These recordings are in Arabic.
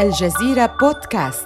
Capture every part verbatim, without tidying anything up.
الجزيرة بودكاست.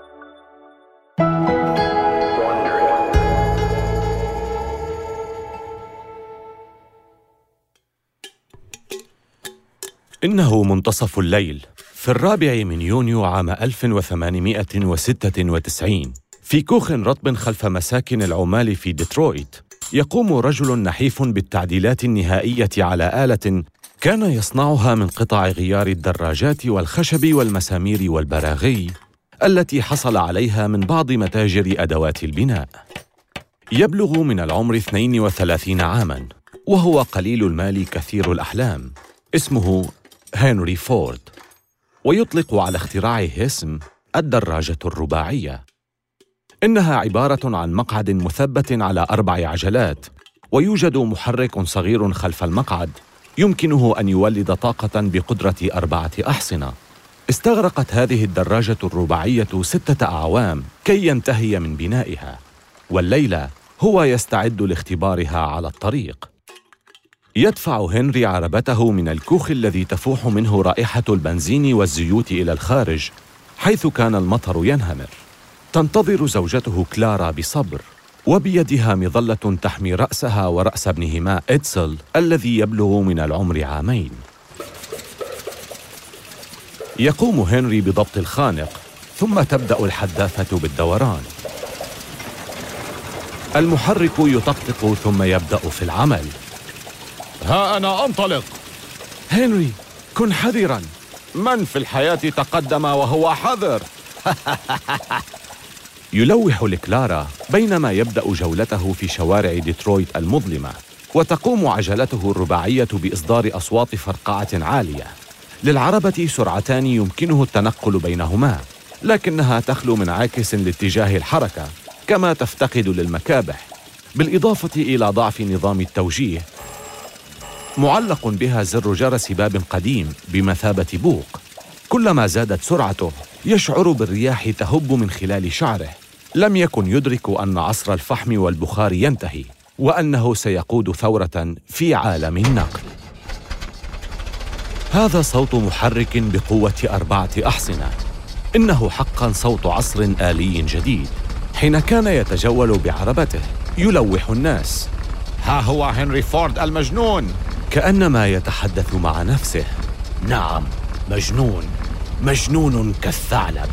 إنه منتصف الليل في الرابع من يونيو عام ألف وثمانمائة وستة وتسعين في كوخ رطب خلف مساكن العمال في ديترويت. يقوم رجل نحيف بالتعديلات النهائية على آلة كان يصنعها من قطع غيار الدراجات والخشب والمسامير والبراغي التي حصل عليها من بعض متاجر أدوات البناء. يبلغ من العمر اثنين وثلاثين عاماً، وهو قليل المال كثير الأحلام. اسمه هنري فورد، ويطلق على اختراعه اسم الدراجة الرباعية. إنها عبارة عن مقعد مثبت على أربع عجلات، ويوجد محرك صغير خلف المقعد يمكنه أن يولد طاقة بقدرة أربعة أحصنة. استغرقت هذه الدراجة الرباعية ستة أعوام كي ينتهي من بنائها، والليلة هو يستعد لاختبارها على الطريق. يدفع هنري عربته من الكوخ الذي تفوح منه رائحة البنزين والزيوت إلى الخارج، حيث كان المطر ينهمر. تنتظر زوجته كلارا بصبر، وبيدها مظلة تحمي رأسها ورأس ابنهما إدسل الذي يبلغ من العمر عامين. يقوم هنري بضبط الخانق، ثم تبدأ الحدافة بالدوران. المحرك يطقطق ثم يبدأ في العمل. ها أنا أنطلق. هنري، كن حذراً. من في الحياة تقدم وهو حذر؟ يلوح لكلارا بينما يبدأ جولته في شوارع ديترويت المظلمة، وتقوم عجلته الرباعية بإصدار أصوات فرقعة عالية. للعربة سرعتان يمكنه التنقل بينهما، لكنها تخلو من عاكس لاتجاه الحركة، كما تفتقد للمكابح، بالإضافة إلى ضعف نظام التوجيه. معلق بها زر جرس باب قديم بمثابة بوق. كلما زادت سرعته يشعر بالرياح تهب من خلال شعره. لم يكن يدرك أن عصر الفحم والبخار ينتهي، وأنه سيقود ثورة في عالم النقل. هذا صوت محرك بقوة أربعة أحصنة. إنه حقاً صوت عصر آلي جديد. حين كان يتجول بعربته يلوح الناس. ها هو هنري فورد المجنون. كأنما يتحدث مع نفسه. نعم، مجنون، مجنون كالثعلب.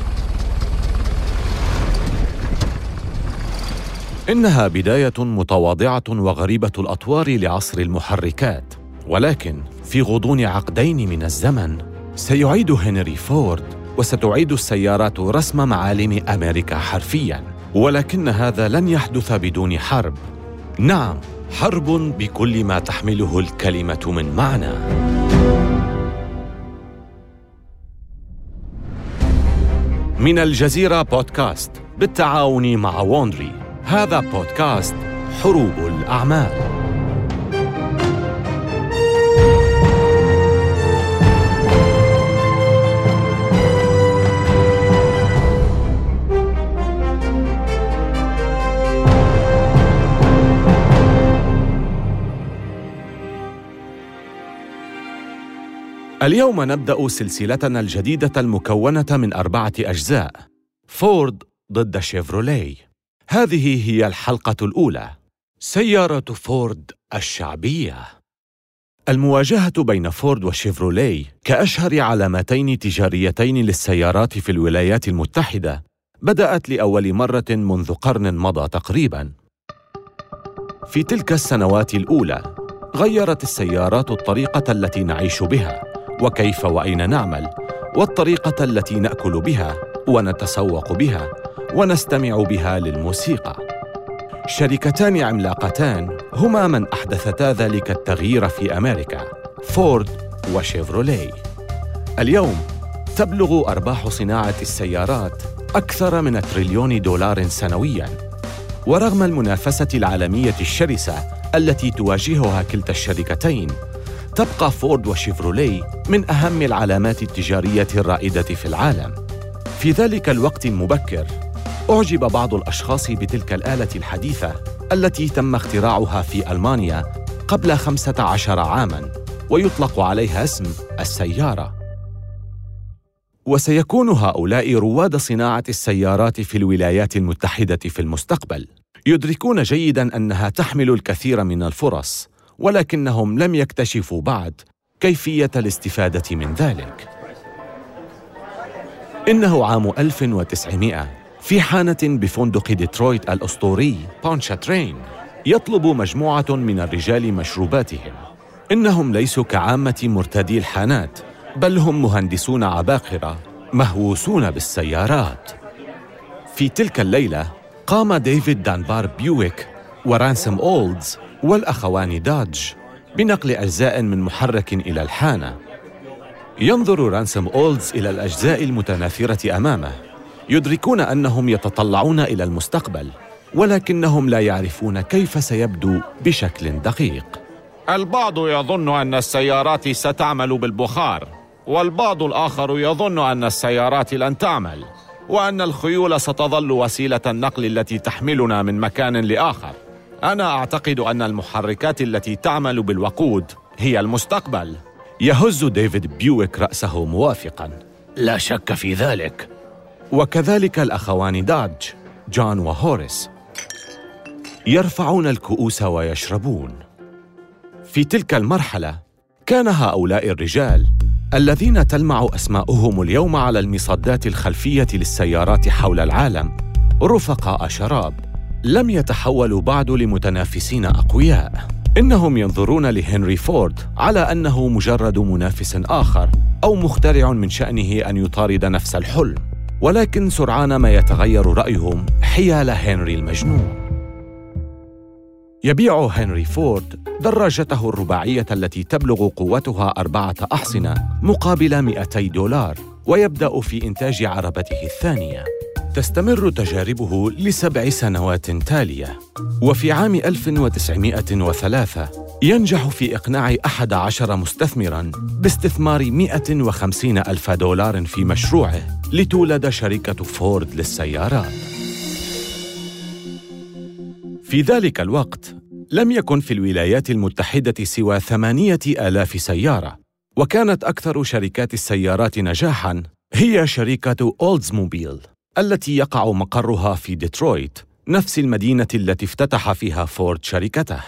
إنها بداية متواضعة وغريبة الأطوار لعصر المحركات، ولكن في غضون عقدين من الزمن سيعيد هنري فورد وستعيد السيارات رسم معالم أمريكا حرفياً. ولكن هذا لن يحدث بدون حرب. نعم، حرب بكل ما تحمله الكلمة من معنى. من الجزيرة بودكاست بالتعاون مع ووندري. هذا بودكاست حروب الأعمال. اليوم نبدأ سلسلتنا الجديدة المكونة من أربعة أجزاء. فورد ضد شيفروليه. هذه هي الحلقة الأولى. سيارة فورد الشعبية. المواجهة بين فورد وشيفروليه كأشهر علامتين تجاريتين للسيارات في الولايات المتحدة بدأت لأول مرة منذ قرن مضى تقريباً. في تلك السنوات الأولى غيرت السيارات الطريقة التي نعيش بها، وكيف وأين نعمل، والطريقة التي نأكل بها ونتسوق بها ونستمع بها للموسيقى. شركتان عملاقتان هما من أحدثتا ذلك التغيير في أمريكا، فورد وشيفروليه. اليوم تبلغ أرباح صناعة السيارات أكثر من تريليون دولار سنوياً. ورغم المنافسة العالمية الشرسة التي تواجهها كلتا الشركتين، تبقى فورد وشيفروليه من أهم العلامات التجارية الرائدة في العالم. في ذلك الوقت المبكر أعجب بعض الأشخاص بتلك الآلة الحديثة التي تم اختراعها في ألمانيا قبل خمسة عشر عاماً، ويطلق عليها اسم السيارة. وسيكون هؤلاء رواد صناعة السيارات في الولايات المتحدة في المستقبل. يدركون جيداً أنها تحمل الكثير من الفرص، ولكنهم لم يكتشفوا بعد كيفية الاستفادة من ذلك. إنه عام ألف وتسعمائة في حانة بفندق ديترويت الأسطوري بونشاترين، يطلب مجموعة من الرجال مشروباتهم. إنهم ليسوا كعامة مرتدي الحانات، بل هم مهندسون عباقرة مهووسون بالسيارات. في تلك الليلة قام ديفيد دانبار بيويك ورانسم أولدز والأخوان دادج بنقل أجزاء من محرك إلى الحانة. ينظر رانسم أولدز إلى الأجزاء المتناثرة أمامه. يدركون أنهم يتطلعون إلى المستقبل، ولكنهم لا يعرفون كيف سيبدو بشكل دقيق. البعض يظن أن السيارات ستعمل بالبخار، والبعض الآخر يظن أن السيارات لن تعمل، وأن الخيول ستظل وسيلة النقل التي تحملنا من مكان لآخر. أنا أعتقد أن المحركات التي تعمل بالوقود هي المستقبل. يهز ديفيد بيويك رأسه موافقاً. لا شك في ذلك. وكذلك الأخوان دادج، جون وهوريس، يرفعون الكؤوس ويشربون. في تلك المرحلة كان هؤلاء الرجال الذين تلمع أسماؤهم اليوم على المصدات الخلفية للسيارات حول العالم رفقاء شراب، لم يتحولوا بعد لمتنافسين أقوياء. إنهم ينظرون لهنري فورد على أنه مجرد منافس آخر أو مخترع من شأنه أن يطارد نفس الحلم، ولكن سرعان ما يتغير رأيهم حيال هنري المجنون. يبيع هنري فورد دراجته الرباعية التي تبلغ قوتها أربعة أحصنة مقابل مئتي دولار، ويبدأ في إنتاج عربته الثانية. تستمر تجاربه لسبع سنوات تالية، وفي عام ألف وتسعمائة وثلاثة ينجح في إقناع أحد عشر مستثمراً باستثمار مئة وخمسين ألف دولار في مشروعه لتولد شركة فورد للسيارات. في ذلك الوقت لم يكن في الولايات المتحدة سوى ثمانية آلاف سيارة، وكانت أكثر شركات السيارات نجاحاً هي شركة أولدزموبيل التي يقع مقرها في ديترويت، نفس المدينة التي افتتح فيها فورد شركته.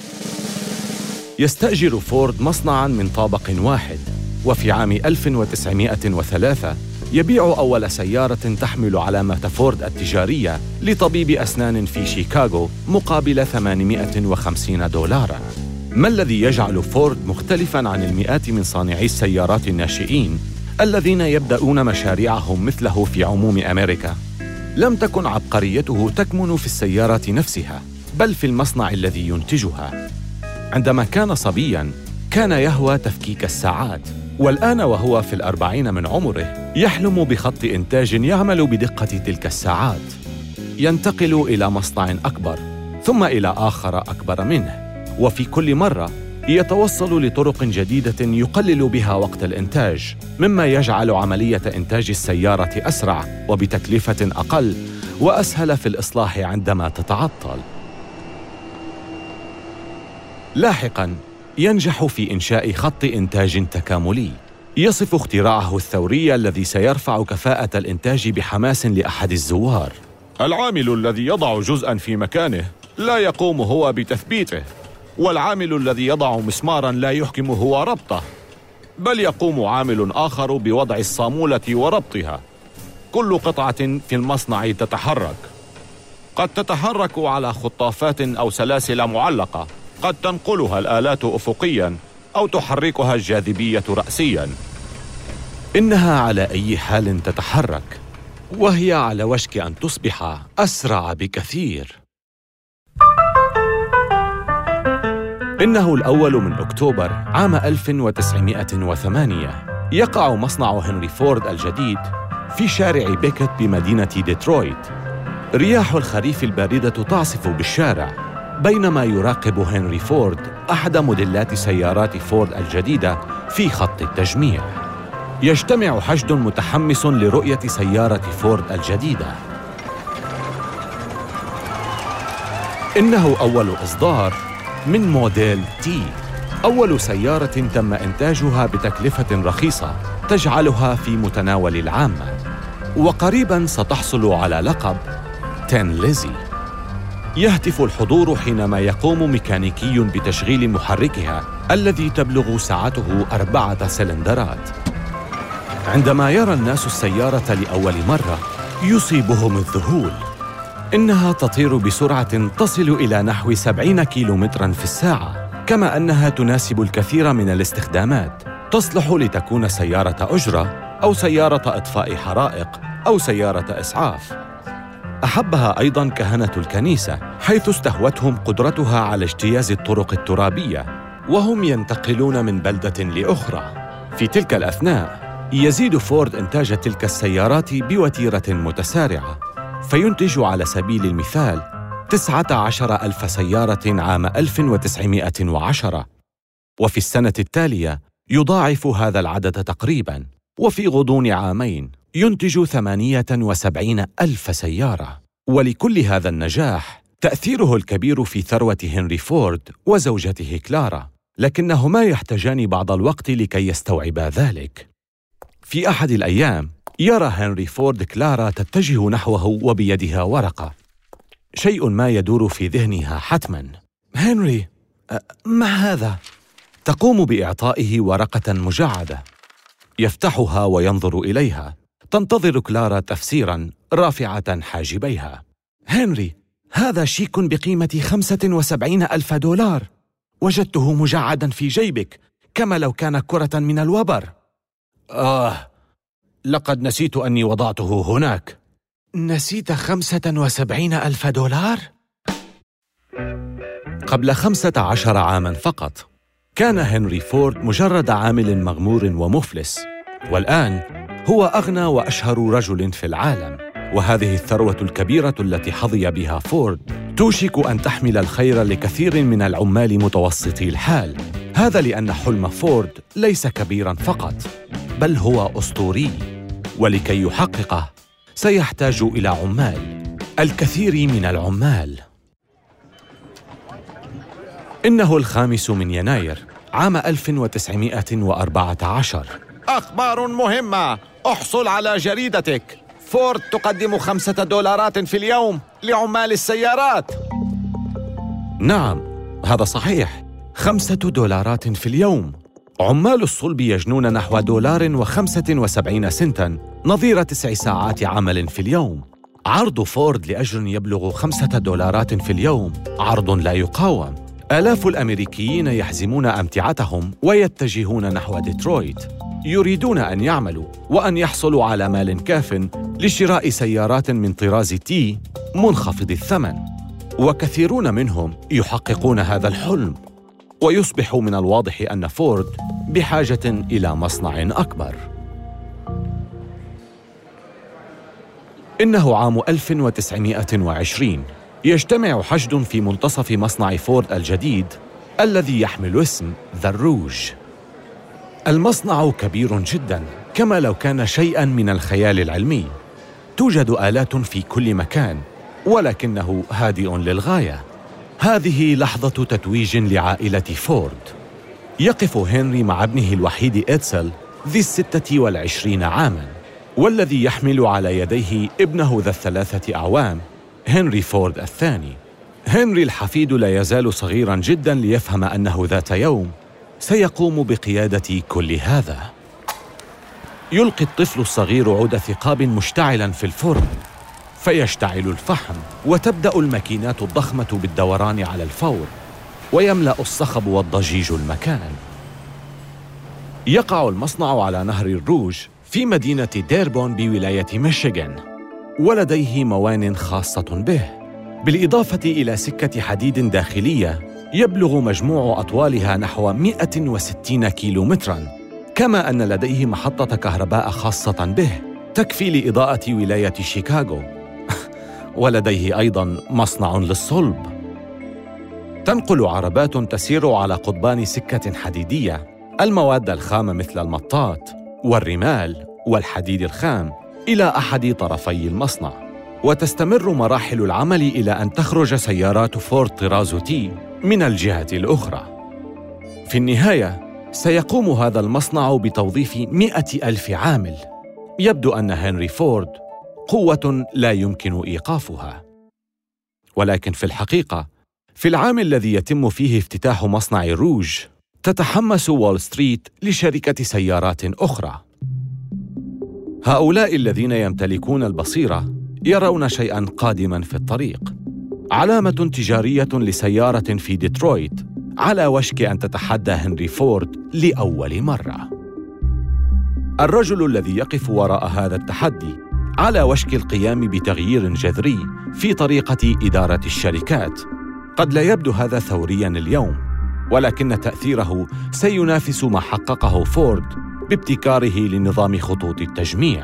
يستأجر فورد مصنعاً من طابق واحد، وفي عام ألف وتسعمائة وثلاثة يبيع أول سيارة تحمل علامة فورد التجارية لطبيب أسنان في شيكاغو مقابل ثمانمائة وخمسين دولاراً. ما الذي يجعل فورد مختلفاً عن المئات من صانعي السيارات الناشئين الذين يبدأون مشاريعهم مثله في عموم أمريكا؟ لم تكن عبقريته تكمن في السيارة نفسها، بل في المصنع الذي ينتجها. عندما كان صبياً كان يهوى تفكيك الساعات، والآن وهو في الأربعين من عمره يحلم بخط إنتاج يعمل بدقة تلك الساعات. ينتقل إلى مصنع أكبر، ثم إلى آخر أكبر منه، وفي كل مرة يتوصل لطرق جديدة يقلل بها وقت الإنتاج، مما يجعل عملية إنتاج السيارة أسرع وبتكلفة أقل وأسهل في الإصلاح عندما تتعطل. لاحقاً ينجح في إنشاء خط إنتاج تكاملي يصف اختراعه الثوري الذي سيرفع كفاءة الإنتاج بحماس لأحد الزوار. العامل الذي يضع جزءاً في مكانه لا يقوم هو بتثبيته، والعامل الذي يضع مسماراً لا يحكم هو ربطه، بل يقوم عامل آخر بوضع الصامولة وربطها. كل قطعة في المصنع تتحرك، قد تتحرك على خطافات أو سلاسل معلقة، قد تنقلها الآلات أفقياً أو تحركها الجاذبية رأسياً. إنها على أي حال تتحرك، وهي على وشك أن تصبح أسرع بكثير. إنه الأول من أكتوبر عام ألف وتسعمائة وثمانية يقع مصنع هنري فورد الجديد في شارع بيكت بمدينة ديترويت. رياح الخريف الباردة تعصف بالشارع، بينما يراقب هنري فورد أحد موديلات سيارات فورد الجديدة في خط التجميع. يجتمع حشد متحمس لرؤية سيارة فورد الجديدة. إنه أول إصدار من موديل تي، أول سيارة تم إنتاجها بتكلفة رخيصة تجعلها في متناول العامة، وقريباً ستحصل على لقب تين ليزي. يهتف الحضور حينما يقوم ميكانيكي بتشغيل محركها الذي تبلغ سعته أربعة سلندرات. عندما يرى الناس السيارة لأول مرة يصيبهم الذهول. إنها تطير بسرعة تصل إلى نحو سبعين كيلومتراً في الساعة، كما أنها تناسب الكثير من الاستخدامات. تصلح لتكون سيارة أجرة أو سيارة إطفاء حرائق أو سيارة إسعاف. أحبها أيضاً كهنة الكنيسة، حيث استهوتهم قدرتها على اجتياز الطرق الترابية وهم ينتقلون من بلدة لأخرى. في تلك الأثناء يزيد فورد إنتاج تلك السيارات بوتيرة متسارعة، فينتج على سبيل المثال تسعة عشر ألف سيارة عام ألف وتسعمائة وعشرة، وفي السنة التالية يضاعف هذا العدد تقريباً، وفي غضون عامين ينتج ثمانية وسبعين ألف سيارة. ولكل هذا النجاح تأثيره الكبير في ثروة هنري فورد وزوجته كلارا، لكنهما يحتاجان بعض الوقت لكي يستوعبا ذلك. في أحد الأيام يرى هنري فورد كلارا تتجه نحوه وبيدها ورقة. شيء ما يدور في ذهنها حتماً. هنري، ما هذا؟ تقوم بإعطائه ورقة مجعدة. يفتحها وينظر إليها. تنتظر كلارا تفسيراً رافعة حاجبيها. هنري، هذا شيك بقيمة خمسة وسبعين ألف دولار. وجدته مجعداً في جيبك كما لو كان كرة من الوبر. آه، لقد نسيت أني وضعته هناك. نسيت خمسة وسبعين ألف دولار؟ قبل خمسة عشر عاماً فقط كان هنري فورد مجرد عامل مغمور ومفلس، والآن هو أغنى وأشهر رجل في العالم. وهذه الثروة الكبيرة التي حظي بها فورد توشك أن تحمل الخير لكثير من العمال متوسطي الحال. هذا لأن حلم فورد ليس كبيراً فقط، بل هو أسطوري، ولكي يحققه سيحتاج إلى عمال، الكثير من العمال. إنه الخامس من يناير عام ألف وتسعمائة وأربعة عشر. أخبار مهمة، احصل على جريدتك. فورد تقدم خمسة دولارات في اليوم لعمال السيارات. نعم، هذا صحيح، خمسة دولارات في اليوم. عمال الصلب يجنون نحو دولار وخمسة وسبعين سنتاً، نظير تسع ساعات عمل في اليوم. عرض فورد لأجر يبلغ خمسة دولارات في اليوم عرض لا يقاوم. آلاف الأمريكيين يحزمون أمتعتهم ويتجهون نحو ديترويت، يريدون أن يعملوا وأن يحصلوا على مال كاف لشراء سيارات من طراز تي منخفض الثمن، وكثيرون منهم يحققون هذا الحلم. ويصبح من الواضح أن فورد بحاجة إلى مصنع أكبر. إنه عام ألف وتسعمائة وعشرين. يجتمع حشد في منتصف مصنع فورد الجديد الذي يحمل اسم ذا روج. المصنع كبير جداً، كما لو كان شيئاً من الخيال العلمي. توجد آلات في كل مكان، ولكنه هادئ للغاية. هذه لحظة تتويج لعائلة فورد. يقف هنري مع ابنه الوحيد إتسل ذي الستة والعشرين عاماً، والذي يحمل على يديه ابنه ذا الثلاثة أعوام هنري فورد الثاني. هنري الحفيد لا يزال صغيراً جداً ليفهم أنه ذات يوم سيقوم بقيادة كل هذا. يلقي الطفل الصغير عود ثقاب مشتعلاً في الفرن، فيشتعل الفحم وتبدأ الماكينات الضخمة بالدوران على الفور، ويملأ الصخب والضجيج المكان. يقع المصنع على نهر الروج في مدينة ديربون بولاية ميشيغان، ولديه موان خاصة به، بالإضافة إلى سكة حديد داخلية يبلغ مجموع أطوالها نحو مئة وستين كيلومتراً، كما أن لديه محطة كهرباء خاصة به تكفي لإضاءة ولاية شيكاغو. ولديه أيضاً مصنع للصلب. تنقل عربات تسير على قضبان سكة حديدية المواد الخام مثل المطاط والرمال والحديد الخام إلى أحد طرفي المصنع، وتستمر مراحل العمل إلى أن تخرج سيارات فورد طراز تي من الجهة الأخرى. في النهاية سيقوم هذا المصنع بتوظيف مئة ألف عامل. يبدو أن هنري فورد قوة لا يمكن إيقافها. ولكن في الحقيقة، في العام الذي يتم فيه افتتاح مصنع روج، تتحمس وول ستريت لشركة سيارات أخرى. هؤلاء الذين يمتلكون البصيرة يرون شيئاً قادماً في الطريق، علامة تجارية لسيارة في ديترويت على وشك أن تتحدى هنري فورد لأول مرة. الرجل الذي يقف وراء هذا التحدي على وشك القيام بتغيير جذري في طريقة إدارة الشركات. قد لا يبدو هذا ثورياً اليوم، ولكن تأثيره سينافس ما حققه فورد بابتكاره لنظام خطوط التجميع.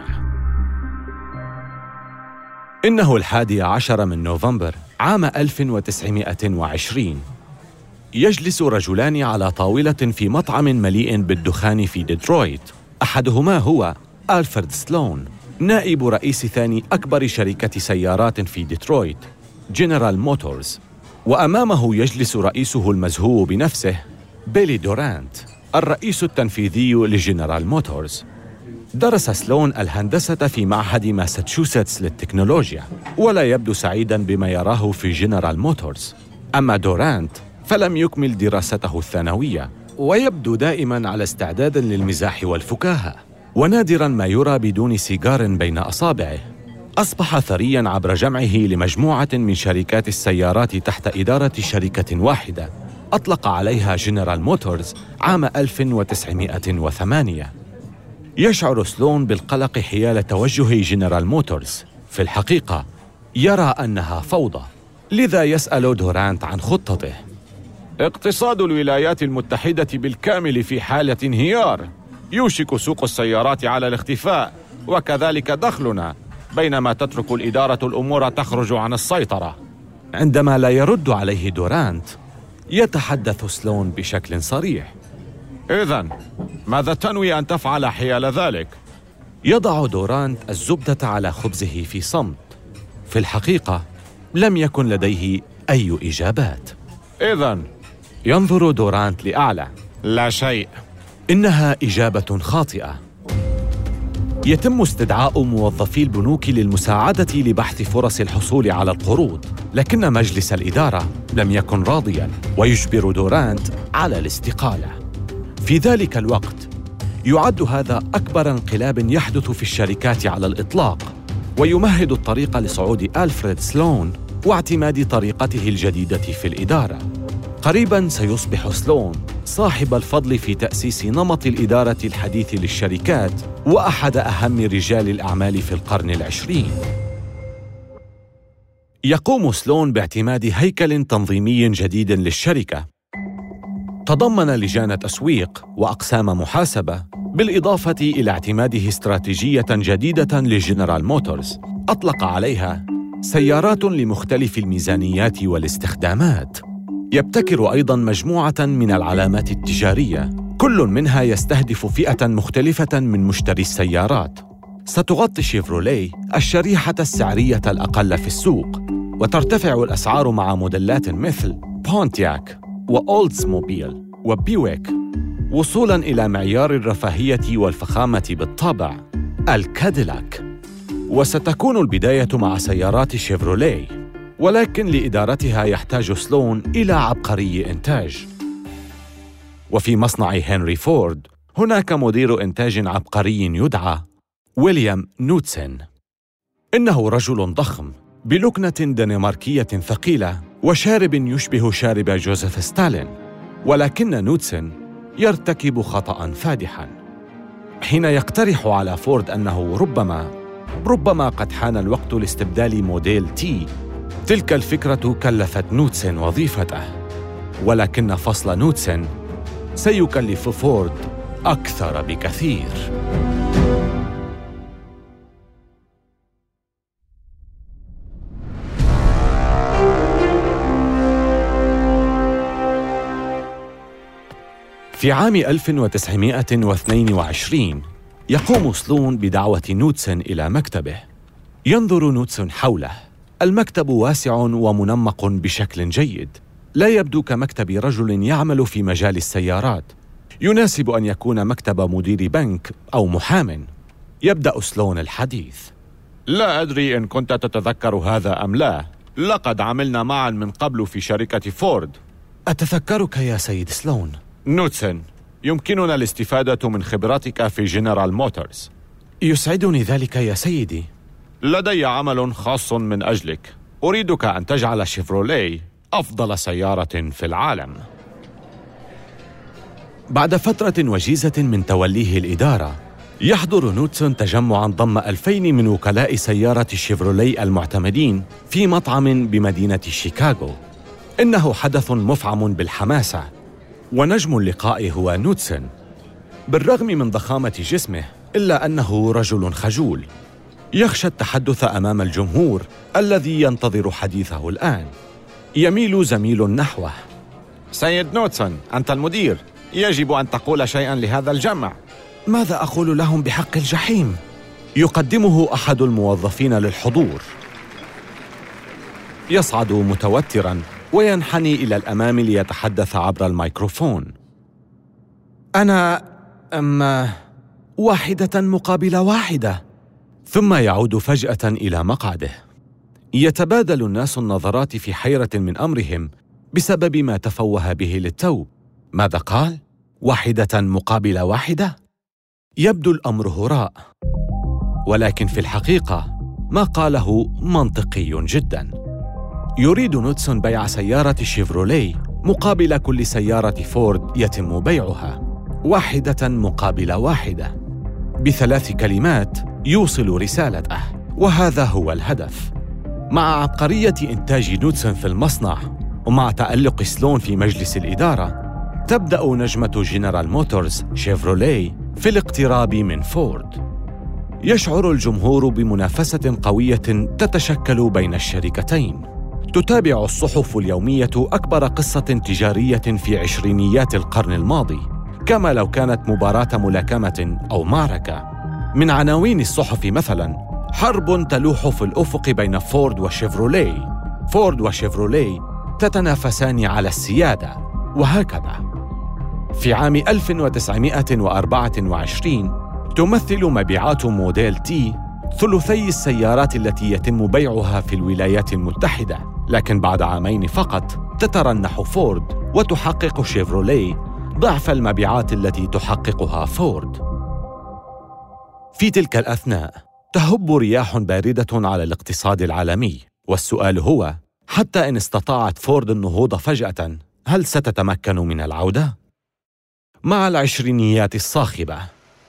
إنه الحادي عشر من نوفمبر عام ألف وتسعمائة وعشرين. يجلس رجلان على طاولة في مطعم مليء بالدخان في ديترويت. أحدهما هو ألفريد سلون، نائب رئيس ثاني أكبر شركة سيارات في ديترويت، جنرال موتورز، وأمامه يجلس رئيسه المزهو بنفسه، بيلي دورانت، الرئيس التنفيذي لجنرال موتورز. درس سلون الهندسة في معهد ماساتشوستس للتكنولوجيا، ولا يبدو سعيداً بما يراه في جنرال موتورز. أما دورانت فلم يكمل دراسته الثانوية، ويبدو دائماً على استعداد للمزاح والفكاهة، ونادراً ما يرى بدون سيجار بين أصابعه. أصبح ثرياً عبر جمعه لمجموعة من شركات السيارات تحت إدارة شركة واحدة أطلق عليها جنرال موتورز عام ألف وتسعمائة وثمانية. يشعر سلون بالقلق حيال توجه جنرال موتورز. في الحقيقة يرى أنها فوضى، لذا يسأل دورانت عن خطته. اقتصاد الولايات المتحدة بالكامل في حالة انهيار، يوشك سوق السيارات على الاختفاء، وكذلك دخلنا، بينما تترك الإدارة الأمور تخرج عن السيطرة. عندما لا يرد عليه دورانت، يتحدث سلون بشكل صريح. إذن ماذا تنوي أن تفعل حيال ذلك؟ يضع دورانت الزبدة على خبزه في صمت. في الحقيقة لم يكن لديه أي إجابات. إذن ينظر دورانت لأعلى. لا شيء. إنها إجابة خاطئة. يتم استدعاء موظفي البنوك للمساعدة لبحث فرص الحصول على القروض، لكن مجلس الإدارة لم يكن راضياً، ويجبر دورانت على الاستقالة. في ذلك الوقت يعد هذا أكبر انقلاب يحدث في الشركات على الإطلاق، ويمهد الطريق لصعود ألفريد سلون واعتماد طريقته الجديدة في الإدارة. قريباً سيصبح سلون صاحب الفضل في تأسيس نمط الإدارة الحديث للشركات، وأحد أهم رجال الأعمال في القرن العشرين. يقوم سلون باعتماد هيكل تنظيمي جديد للشركة، تضمن لجان تسويق وأقسام محاسبة، بالإضافة إلى اعتماده استراتيجية جديدة لجنرال موتورز أطلق عليها سيارات لمختلف الميزانيات والاستخدامات. يبتكر أيضاً مجموعة من العلامات التجارية، كل منها يستهدف فئة مختلفة من مشتري السيارات. ستغطي شيفروليه الشريحة السعرية الأقل في السوق، وترتفع الأسعار مع موديلات مثل بونتياك وأولدسموبيل وبيويك، وصولاً إلى معيار الرفاهية والفخامة بالطبع، الكاديلاك. وستكون البداية مع سيارات شيفروليه، ولكن لإدارتها يحتاج سلون إلى عبقري إنتاج. وفي مصنع هنري فورد هناك مدير إنتاج عبقري يدعى ويليام نوتسن. إنه رجل ضخم بلكنة دنماركية ثقيلة وشارب يشبه شارب جوزيف ستالين، ولكن نوتسن يرتكب خطأ فادحاً حين يقترح على فورد أنه ربما ربما قد حان الوقت لاستبدال موديل تي. تلك الفكرة كلفت نوتسن وظيفته، ولكن فصل نوتسن سيكلف فورد أكثر بكثير. في عام ألف وتسعمائة واثنين وعشرين يقوم سلون بدعوة نوتسن إلى مكتبه. ينظر نوتسن حوله. المكتب واسع ومنمق بشكل جيد، لا يبدو كمكتب رجل يعمل في مجال السيارات. يناسب أن يكون مكتب مدير بنك أو محام. يبدأ سلون الحديث. لا أدري إن كنت تتذكر هذا أم لا، لقد عملنا معا من قبل في شركة فورد. أتذكرك يا سيد سلون. نوتسون، يمكننا الاستفادة من خبرتك في جنرال موتورز. يسعدني ذلك يا سيدي. لدي عمل خاص من أجلك، أريدك أن تجعل شيفروليه أفضل سيارة في العالم. بعد فترة وجيزة من توليه الإدارة، يحضر نوتسون تجمعاً ضم ألفين من وكلاء سيارة شيفروليه المعتمدين في مطعم بمدينة شيكاغو. إنه حدث مفعم بالحماسة، ونجم اللقاء هو نوتسون. بالرغم من ضخامة جسمه، إلا أنه رجل خجول، يخشى التحدث أمام الجمهور الذي ينتظر حديثه الآن. يميل زميل نحوه. سيد نوتسون، أنت المدير، يجب أن تقول شيئاً لهذا الجمع. ماذا أقول لهم بحق الجحيم؟ يقدمه أحد الموظفين للحضور. يصعد متوتراً وينحني إلى الأمام ليتحدث عبر الميكروفون. أنا أما واحدة مقابل واحدة. ثم يعود فجأة إلى مقعده. يتبادل الناس النظرات في حيرة من أمرهم بسبب ما تفوه به للتو. ماذا قال؟ واحدة مقابل واحدة؟ يبدو الأمر هراء، ولكن في الحقيقة ما قاله منطقي جداً. يريد نوتسون بيع سيارة شيفروليه مقابل كل سيارة فورد يتم بيعها، واحدة مقابل واحدة. بثلاث كلمات يوصل رسالته، وهذا هو الهدف. مع عبقرية إنتاج نوتسون في المصنع، ومع تألق سلون في مجلس الإدارة، تبدأ نجمة جنرال موتورز شيفروليه في الاقتراب من فورد. يشعر الجمهور بمنافسة قوية تتشكل بين الشركتين. تتابع الصحف اليومية أكبر قصة تجارية في عشرينيات القرن الماضي، كما لو كانت مباراة ملاكمة أو معركة. من عناوين الصحف مثلاً: حرب تلوح في الأفق بين فورد وشيفروليه، فورد وشيفروليه تتنافسان على السيادة، وهكذا. في عام ألف وتسعمائة وأربعة وعشرين تمثل مبيعات موديل تي ثلثي السيارات التي يتم بيعها في الولايات المتحدة، لكن بعد عامين فقط تترنح فورد وتحقق شيفروليه ضعف المبيعات التي تحققها فورد. في تلك الأثناء تهب رياح باردة على الاقتصاد العالمي، والسؤال هو: حتى إن استطاعت فورد النهوض فجأة، هل ستتمكن من العودة؟ مع العشرينيات الصاخبة،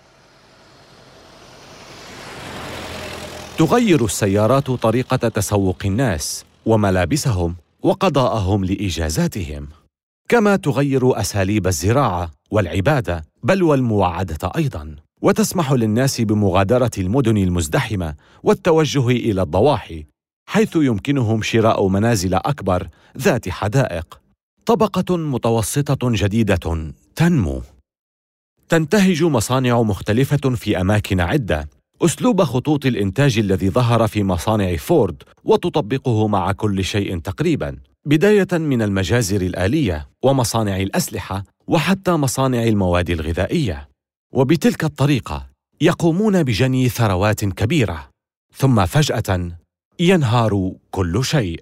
تغير السيارات طريقة تسوق الناس وملابسهم وقضاءهم لإجازاتهم، كما تغير أساليب الزراعة والعبادة، بل والمواعدة أيضاً، وتسمح للناس بمغادرة المدن المزدحمة والتوجه إلى الضواحي، حيث يمكنهم شراء منازل أكبر ذات حدائق. طبقة متوسطة جديدة تنمو. تنتهج مصانع مختلفة في أماكن عدة أسلوب خطوط الإنتاج الذي ظهر في مصانع فورد، وتطبقه مع كل شيء تقريباً، بداية من المجازر الآلية ومصانع الأسلحة وحتى مصانع المواد الغذائية. وبتلك الطريقة يقومون بجني ثروات كبيرة، ثم فجأة ينهار كل شيء.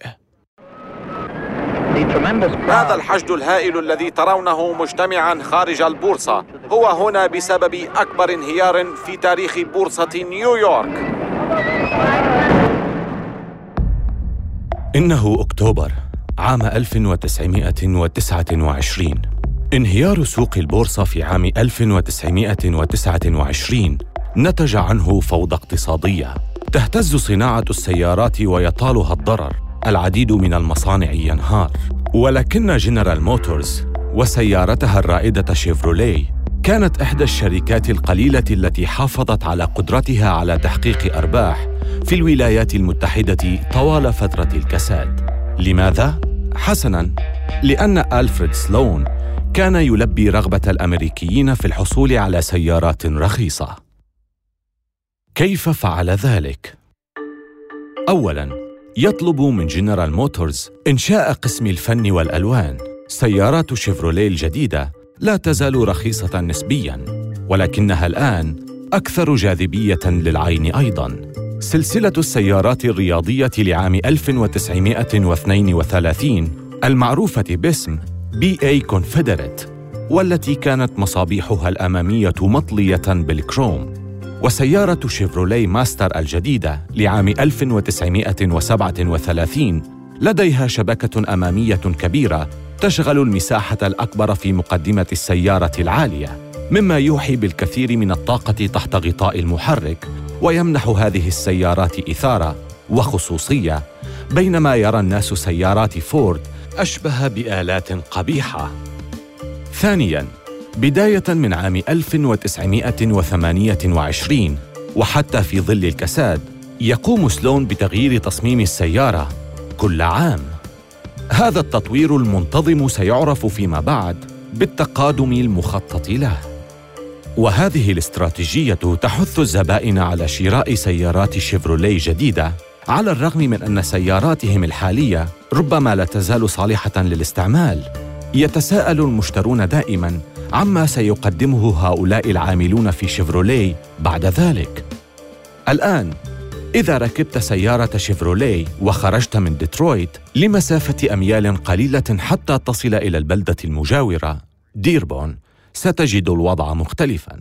هذا الحشد الهائل الذي ترونه مجتمعاً خارج البورصة هو هنا بسبب أكبر انهيار في تاريخ بورصة نيويورك. إنه أكتوبر عام ألف وتسعمائة وتسعة وعشرين. انهيار سوق البورصة في عام ألف وتسعمائة وتسعة وعشرين نتج عنه فوضى اقتصادية تهتز صناعة السيارات ويطالها الضرر. العديد من المصانع ينهار، ولكن جنرال موتورز وسيارتها الرائدة شيفروليه كانت إحدى الشركات القليلة التي حافظت على قدرتها على تحقيق أرباح في الولايات المتحدة طوال فترة الكساد. لماذا؟ حسناً، لأن ألفريد سلون كان يلبي رغبة الأمريكيين في الحصول على سيارات رخيصة. كيف فعل ذلك؟ أولاً، يطلب من جنرال موتورز إنشاء قسم الفن والألوان. سيارات شيفروليه الجديدة لا تزال رخيصة نسبياً، ولكنها الآن أكثر جاذبية للعين أيضاً. سلسلة السيارات الرياضية لعام ألف وتسعمائة واثنين وثلاثين المعروفة باسم بي إيه Confederate، والتي كانت مصابيحها الأمامية مطلية بالكروم، وسيارة شيفروليه ماستر الجديدة لعام ألف وتسعمائة وسبعة وثلاثين لديها شبكة أمامية كبيرة تشغل المساحة الأكبر في مقدمة السيارة العالية، مما يوحي بالكثير من الطاقة تحت غطاء المحرك، ويمنح هذه السيارات إثارة وخصوصية، بينما يرى الناس سيارات فورد أشبه بآلات قبيحة. ثانياً، بداية من عام ألف وتسعمائة وثمانية وعشرين وحتى في ظل الكساد، يقوم سلون بتغيير تصميم السيارة كل عام. هذا التطوير المنتظم سيعرف فيما بعد بالتقادم المخطط له، وهذه الاستراتيجية تحث الزبائن على شراء سيارات شيفروليه جديدة، على الرغم من أن سياراتهم الحالية ربما لا تزال صالحة للاستعمال. يتساءل المشترون دائماً عما سيقدمه هؤلاء العاملون في شيفروليه بعد ذلك. الآن إذا ركبت سيارة شيفروليه وخرجت من ديترويت لمسافة أميال قليلة حتى تصل إلى البلدة المجاورة ديربون، ستجد الوضع مختلفاً.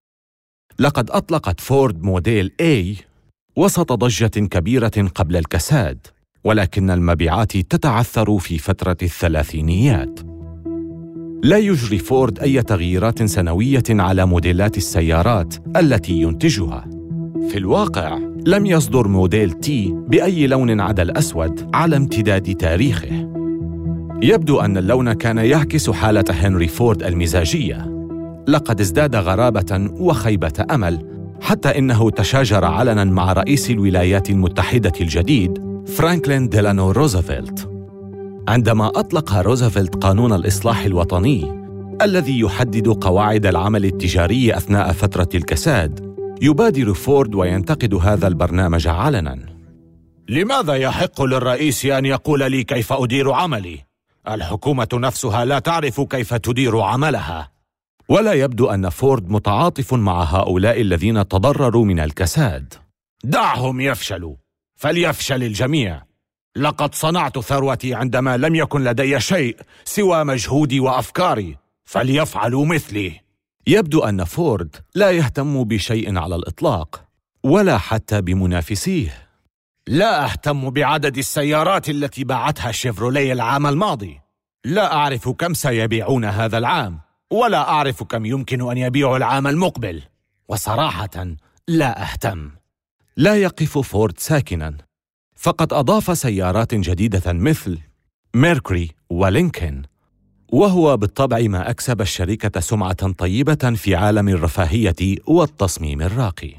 لقد أطلقت فورد موديل A وسط ضجة كبيرة قبل الكساد، ولكن المبيعات تتعثر في فترة الثلاثينيات. لا يجري فورد أي تغييرات سنوية على موديلات السيارات التي ينتجها. في الواقع لم يصدر موديل تي بأي لون عدا الأسود على امتداد تاريخه. يبدو أن اللون كان يعكس حالة هنري فورد المزاجية. لقد ازداد غرابة وخيبة أمل، حتى إنه تشاجر علناً مع رئيس الولايات المتحدة الجديد فرانكلين ديلانو روزفلت. عندما أطلق روزفلت قانون الإصلاح الوطني الذي يحدد قواعد العمل التجاري أثناء فترة الكساد، يبادر فورد وينتقد هذا البرنامج علناً. لماذا يحق للرئيس أن يقول لي كيف أدير عملي؟ الحكومة نفسها لا تعرف كيف تدير عملها. ولا يبدو أن فورد متعاطف مع هؤلاء الذين تضرروا من الكساد. دعهم يفشلوا، فليفشل الجميع. لقد صنعت ثروتي عندما لم يكن لدي شيء سوى مجهودي وأفكاري، فليفعلوا مثلي. يبدو أن فورد لا يهتم بشيء على الإطلاق، ولا حتى بمنافسيه. لا أهتم بعدد السيارات التي باعتها شيفروليه العام الماضي. لا أعرف كم سيبيعون هذا العام، ولا أعرف كم يمكن أن يبيعوا العام المقبل، وصراحة لا أهتم. لا يقف فورد ساكناً، فقد أضاف سيارات جديدة مثل ميركوري ولينكولن، وهو بالطبع ما أكسب الشركة سمعة طيبة في عالم الرفاهية والتصميم الراقي.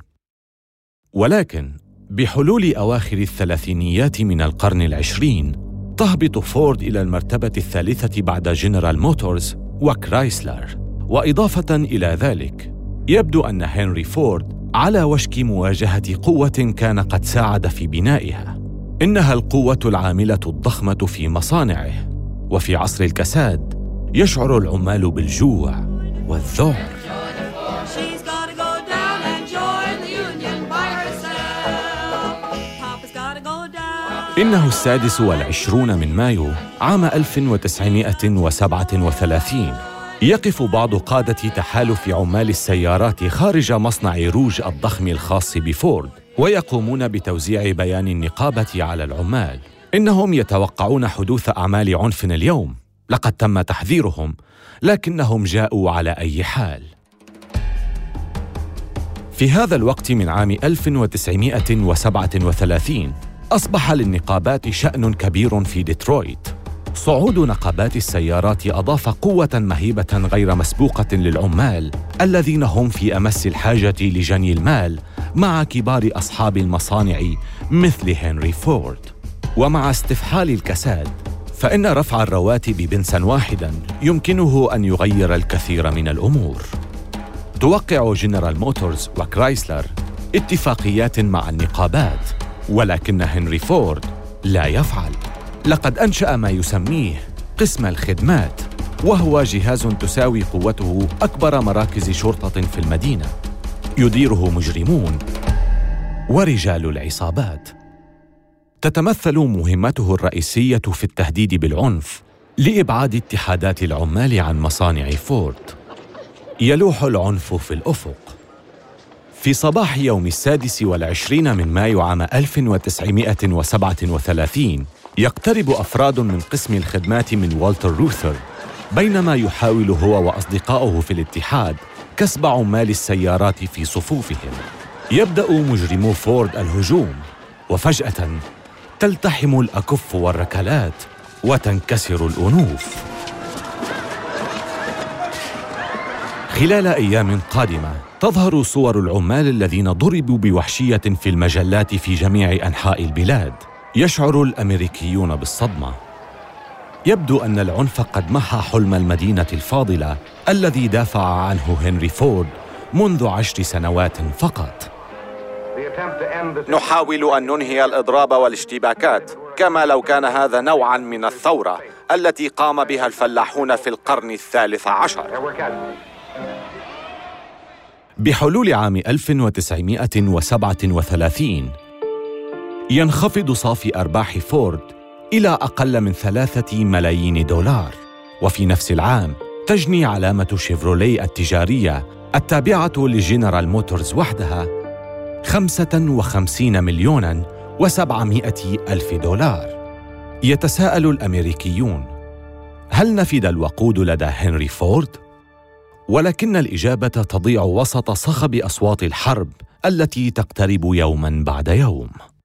ولكن بحلول أواخر الثلاثينيات من القرن العشرين، تهبط فورد إلى المرتبة الثالثة بعد جنرال موتورز وكرايسلر. وإضافة إلى ذلك، يبدو أن هنري فورد على وشك مواجهة قوة كان قد ساعد في بنائها. إنها القوة العاملة الضخمة في مصانعه. وفي عصر الكساد يشعر العمال بالجوع والذعر. إنه السادس والعشرون من مايو عام ألف وتسعمائة وسبعة وثلاثين. يقف بعض قادة تحالف عمال السيارات خارج مصنع روج الضخم الخاص بفورد، ويقومون بتوزيع بيان النقابة على العمال. إنهم يتوقعون حدوث أعمال عنف اليوم. لقد تم تحذيرهم، لكنهم جاءوا على أي حال. في هذا الوقت من عام ألف وتسعمائة وسبعة وثلاثين أصبح للنقابات شأن كبير في ديترويت. صعود نقابات السيارات أضاف قوة مهيبة غير مسبوقة للعمال الذين هم في أمس الحاجة لجني المال مع كبار أصحاب المصانع مثل هنري فورد. ومع استفحال الكساد، فإن رفع الرواتب بنسا واحدا يمكنه أن يغير الكثير من الأمور. توقع جنرال موتورز وكرايسلر اتفاقيات مع النقابات، ولكن هنري فورد لا يفعل. لقد أنشأ ما يسميه قسم الخدمات، وهو جهاز تساوي قوته أكبر مراكز شرطة في المدينة، يديره مجرمون ورجال العصابات. تتمثل مهمته الرئيسية في التهديد بالعنف لإبعاد اتحادات العمال عن مصانع فورد. يلوح العنف في الأفق. في صباح يوم السادس والعشرين من مايو عام ألف وتسعمائة وسبعة وثلاثين يقترب أفراد من قسم الخدمات من والتر روثر بينما يحاول هو وأصدقائه في الاتحاد كسب عمال السيارات في صفوفهم. يبدأ مجرمو فورد الهجوم، وفجأة تلتحم الأكف والركلات وتنكسر الأنوف. خلال أيام قادمة تظهر صور العمال الذين ضربوا بوحشية في المجلات في جميع أنحاء البلاد. يشعر الأمريكيون بالصدمة. يبدو أن العنف قد محى حلم المدينة الفاضلة الذي دافع عنه هنري فورد منذ عشر سنوات فقط. نحاول أن ننهي الإضراب والاشتباكات كما لو كان هذا نوعاً من الثورة التي قام بها الفلاحون في القرن الثالث عشر. بحلول عام ألف وتسعمائة وسبعة وثلاثين ينخفض صافي أرباح فورد إلى أقل من ثلاثة ملايين دولار، وفي نفس العام تجني علامة شيفروليه التجارية التابعة لجنرال موتورز وحدها خمسة وخمسين مليوناً وسبعمائة ألف دولار. يتساءل الأمريكيون: هل نفد الوقود لدى هنري فورد؟ ولكن الإجابة تضيع وسط صخب أصوات الحرب التي تقترب يوماً بعد يوم.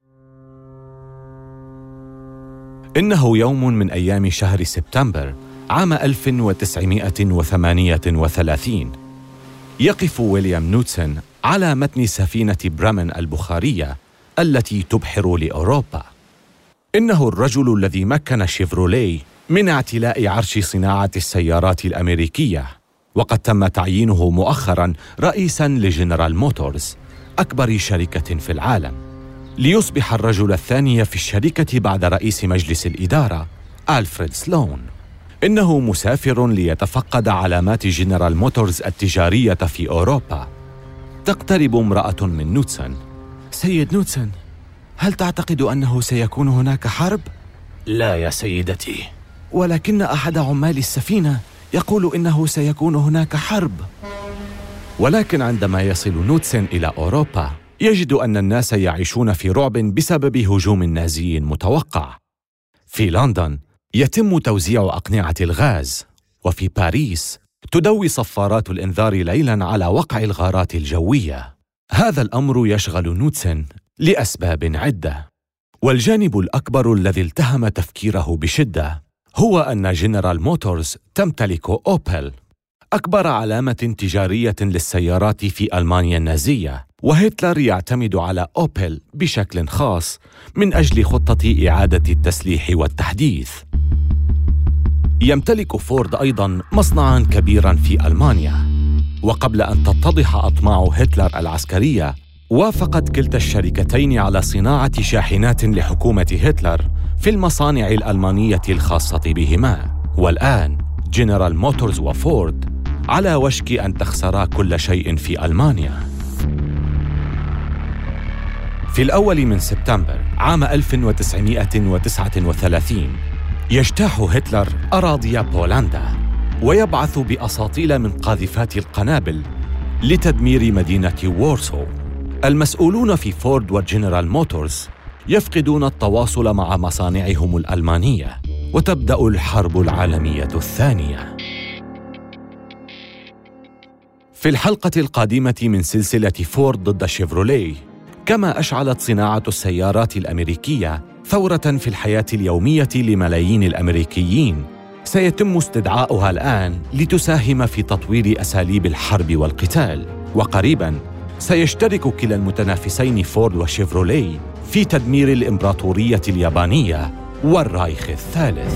إنه يوم من أيام شهر سبتمبر عام ألف وتسعمائة وثمانية وثلاثين. يقف ويليام نوتسون على متن سفينة برامن البخارية التي تبحر لأوروبا. إنه الرجل الذي مكن شيفروليه من اعتلاء عرش صناعة السيارات الأمريكية، وقد تم تعيينه مؤخراً رئيساً لجنرال موتورز، أكبر شركة في العالم، ليصبح الرجل الثاني في الشركة بعد رئيس مجلس الإدارة ألفريد سلون. إنه مسافر ليتفقد علامات جنرال موتورز التجارية في أوروبا. تقترب امرأة من نوتسون. سيد نوتسون، هل تعتقد أنه سيكون هناك حرب؟ لا يا سيدتي، ولكن أحد عمال السفينة يقول إنه سيكون هناك حرب. ولكن عندما يصل نوتسون إلى أوروبا يجد أن الناس يعيشون في رعب بسبب هجوم نازي متوقع. في لندن يتم توزيع أقنعة الغاز، وفي باريس تدوي صفارات الإنذار ليلاً على وقع الغارات الجوية. هذا الأمر يشغل نوتسون لأسباب عدة، والجانب الأكبر الذي التهم تفكيره بشدة هو أن جنرال موتورز تمتلك أوبل، أكبر علامة تجارية للسيارات في ألمانيا النازية، وهتلر يعتمد على أوبل بشكل خاص من أجل خطة إعادة التسليح والتحديث. يمتلك فورد أيضاً مصنعاً كبيراً في ألمانيا، وقبل أن تتضح أطماع هتلر العسكرية وافقت كلتا الشركتين على صناعة شاحنات لحكومة هتلر في المصانع الألمانية الخاصة بهما. والآن جنرال موتورز وفورد على وشك أن تخسرا كل شيء في ألمانيا. في الأول من سبتمبر عام ألف وتسعمائة وتسعة وثلاثين يجتاح هتلر أراضي بولندا ويبعث بأساطيل من قاذفات القنابل لتدمير مدينة وورسو. المسؤولون في فورد وجنرال موتورز يفقدون التواصل مع مصانعهم الألمانية، وتبدأ الحرب العالمية الثانية. في الحلقة القادمة من سلسلة فورد ضد شيفروليه، كما أشعلت صناعة السيارات الأمريكية ثورة في الحياة اليومية لملايين الأمريكيين، سيتم استدعاؤها الآن لتساهم في تطوير أساليب الحرب والقتال. وقريباً سيشترك كلا المتنافسين فورد وشيفروليه في تدمير الإمبراطورية اليابانية والرايخ الثالث.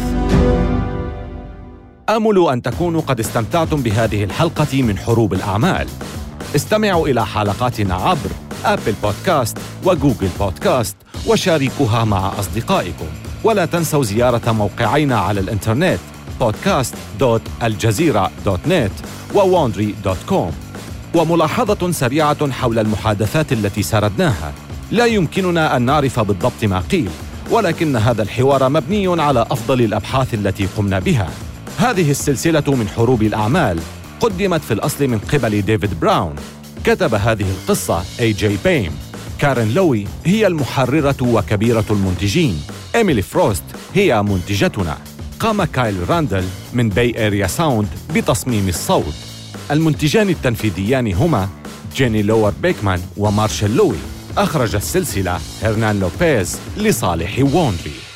آمل أن تكونوا قد استمتعتم بهذه الحلقة من حروب الأعمال. استمعوا إلى حلقاتنا عبر آبل بودكاست وجوجل بودكاست وشاركوها مع أصدقائكم، ولا تنسوا زيارة موقعينا على الإنترنت بودكاست دوت الجزيرة دوت نت ووندري دوت كوم. وملاحظة سريعة حول المحادثات التي سردناها: لا يمكننا أن نعرف بالضبط ما قيل، ولكن هذا الحوار مبني على أفضل الأبحاث التي قمنا بها. هذه السلسلة من حروب الأعمال قدمت في الأصل من قبل ديفيد براون. كتب هذه القصة إي جي بيم. كارين لوي هي المحررة وكبيرة المنتجين. إيميلي فروست هي منتجتنا. قام كايل راندل من باي إيريا ساوند بتصميم الصوت. المنتجان التنفيذيان هما جيني لوور بيكمان ومارشال لوي. أخرج السلسلة هرنان لوبيز لصالح ووندري.